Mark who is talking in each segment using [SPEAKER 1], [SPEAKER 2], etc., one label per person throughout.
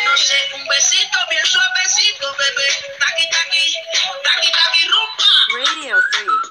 [SPEAKER 1] no sé, un besito bien suavecito, bebé. Taqui, taqui, taqui, taqui, rumba.
[SPEAKER 2] Radio Free.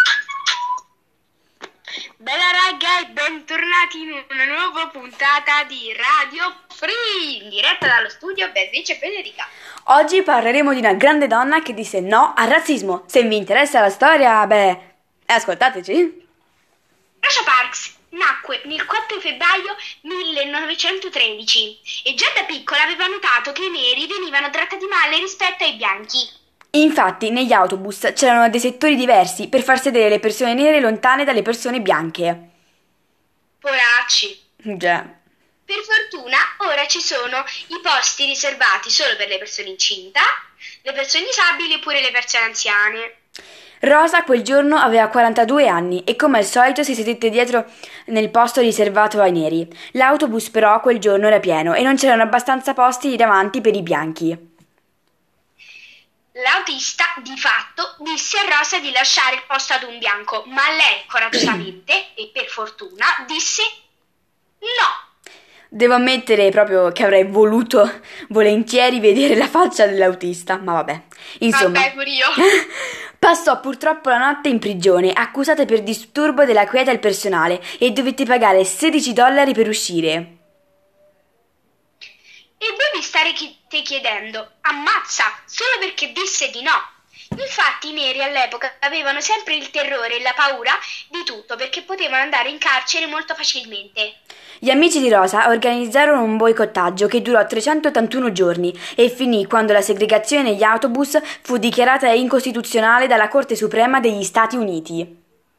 [SPEAKER 2] Bella raga e bentornati in una nuova puntata di Radio Free, in diretta dallo studio Beatrice e Federica.
[SPEAKER 3] Oggi parleremo di una grande donna che disse no al razzismo. Se vi interessa la storia, ascoltateci.
[SPEAKER 2] Rosa Parks nacque il 4 febbraio 1913 e già da piccola aveva notato che i neri venivano trattati male rispetto ai bianchi.
[SPEAKER 3] Infatti, negli autobus c'erano dei settori diversi per far sedere le persone nere lontane dalle persone bianche.
[SPEAKER 2] Poracci.
[SPEAKER 3] Già.
[SPEAKER 2] Per fortuna ora ci sono i posti riservati solo per le persone incinta, le persone disabili oppure le persone anziane.
[SPEAKER 3] Rosa quel giorno aveva 42 anni e come al solito si sedette dietro nel posto riservato ai neri. L'autobus però quel giorno era pieno e non c'erano abbastanza posti davanti per i bianchi.
[SPEAKER 2] L'autista, di fatto, disse a Rosa di lasciare il posto ad un bianco, ma lei, coraggiosamente e per fortuna, disse no.
[SPEAKER 3] Devo ammettere proprio che avrei voluto volentieri vedere la faccia dell'autista, ma vabbè. Insomma,
[SPEAKER 2] Vabbè, pure io.
[SPEAKER 3] Passò purtroppo la notte in prigione, accusata per disturbo della quiete al personale e dovette pagare $16 per uscire.
[SPEAKER 2] E voi vi starete chiedendo, ammazza, solo perché disse di no. Infatti i neri all'epoca avevano sempre il terrore e la paura di tutto perché potevano andare in carcere molto facilmente.
[SPEAKER 3] Gli amici di Rosa organizzarono un boicottaggio che durò 381 giorni e finì quando la segregazione negli autobus fu dichiarata incostituzionale dalla Corte Suprema degli Stati Uniti.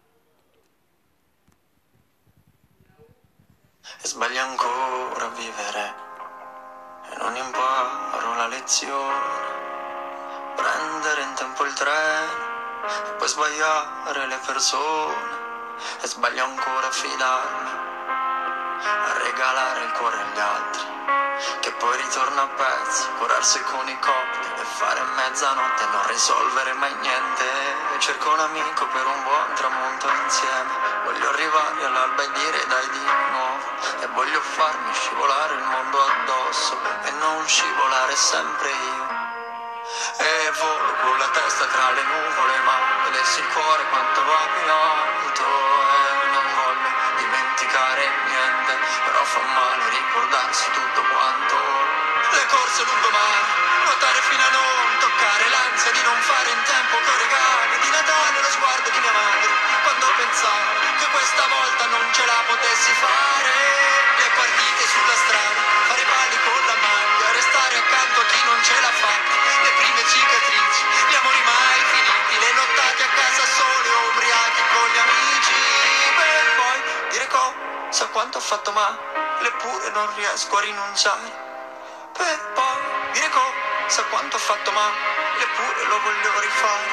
[SPEAKER 4] E sbaglio ancora a vivere e non imparo la lezione. Prendere in tempo il treno e poi sbagliare le persone. E sbaglio ancora a fidarmi, a regalare il cuore agli altri, che poi ritorna a pezzi, curarsi con i coppie e fare mezzanotte e non risolvere mai niente. E cerco un amico per un buon tramonto insieme. Voglio arrivare all'alba e dire dai di nuovo. E voglio farmi scivolare il mondo addosso e non scivolare sempre io. E volo con la testa tra le nuvole, ma vedessi il cuore quanto va più alto. E non voglio dimenticare niente, però fa male ricordarsi tutto quanto. Le corse lungomare, nuotare fino a non toccare, l'ansia di non fare in tempo coi regali di Natale, lo sguardo di mia madre quando pensavo che questa volta non ce la potessi fare. Le partite sulla strada, fare i balli con la maglia, restare accanto a chi non ce l'ha fatta, le prime cicatrici, gli amori mai finiti, le nottate a casa sole o ubriachi con gli amici. Per poi dire cosa quanto ho fatto male, eppure non riesco a rinunciare. Per poi dire cosa quanto ho fatto male, eppure lo voglio rifare.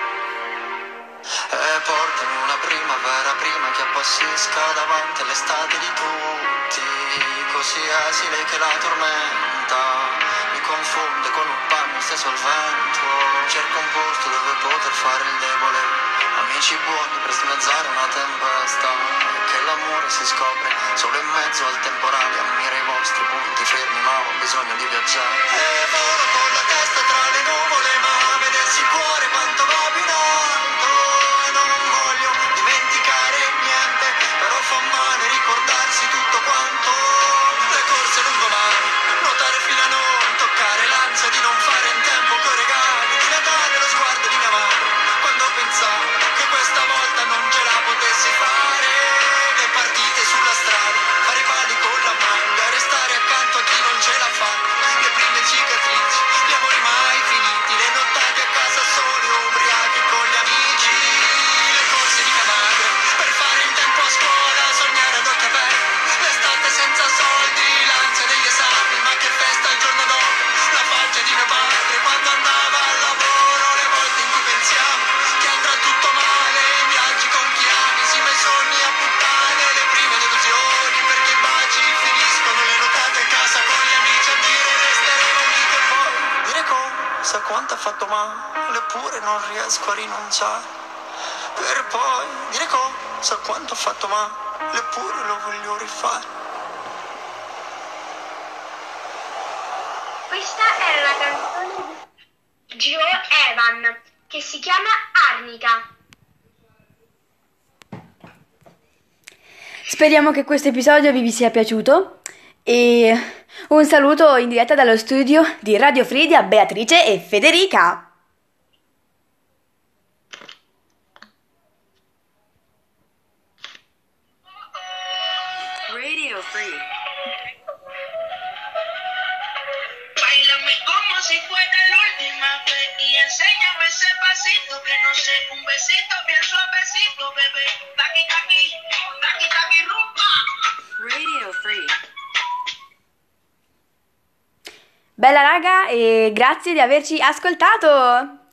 [SPEAKER 4] E portami una primavera prima che appassisca davanti all'estate di tutti, così esile che la tormenta mi confonde con un bagno steso al vento. Cerco un posto dove poter fare il debole, amici buoni per smezzare una tempesta, che l'amore si scopre solo in mezzo al temporale. Ammiro i vostri punti fermi ma ho bisogno di viaggiare. E volo con la testa tra le nuvole, ma vedessi il cuore quanto va più in alto. E non voglio dimenticare niente, però fa male ricordarsi tutto quanto. Le corse lungomare, nuotare fino a non toccare, l'ansia di non fare in tempo coi regali di Natale, lo sguardo di mia madre quando pensavo che questa volta non ce la potessi fare. Le partite sulla strada, fare i pali con la maglia, restare accanto a chi non ce l'ha fatta, le prime cicatrici, gli amori mai finiti, le nottate a casa soli o ubriachi con gli amici. Le corse di mia madre per fare in tempo a scuola, sognare ad occhi aperti, l'estate senza soldi, l'ansia degli esami, ma che festa il giorno dopo, la faccia di mio padre quando andava al lavoro, le volte in cui pensiamo che andrà tutto male, i viaggi con chi ami, sì ma i sogni a puttane, le prime delusioni perché i baci finiscono, le notate a casa con gli amici a dire resteremo lì. Che poi dire cosa quanto ha fatto male, eppure non riesco a rinunciare. Per poi dire cosa quanto ho fatto male, eppure lo voglio rifare.
[SPEAKER 2] Questa era la canzone di Joe Evan che si chiama Arnica.
[SPEAKER 3] Speriamo che questo episodio vi sia piaciuto e un saluto in diretta dallo studio di Radio Free a Beatrice e Federica.
[SPEAKER 5] Radio Free.
[SPEAKER 1] Báilame como si fuera la última vez y enséñame ese pasito que no sé, un besito bien suavecito, bebé. Taqui taqui, taqui taqui rumba.
[SPEAKER 5] Radio Free.
[SPEAKER 3] Bella raga e grazie di averci ascoltato!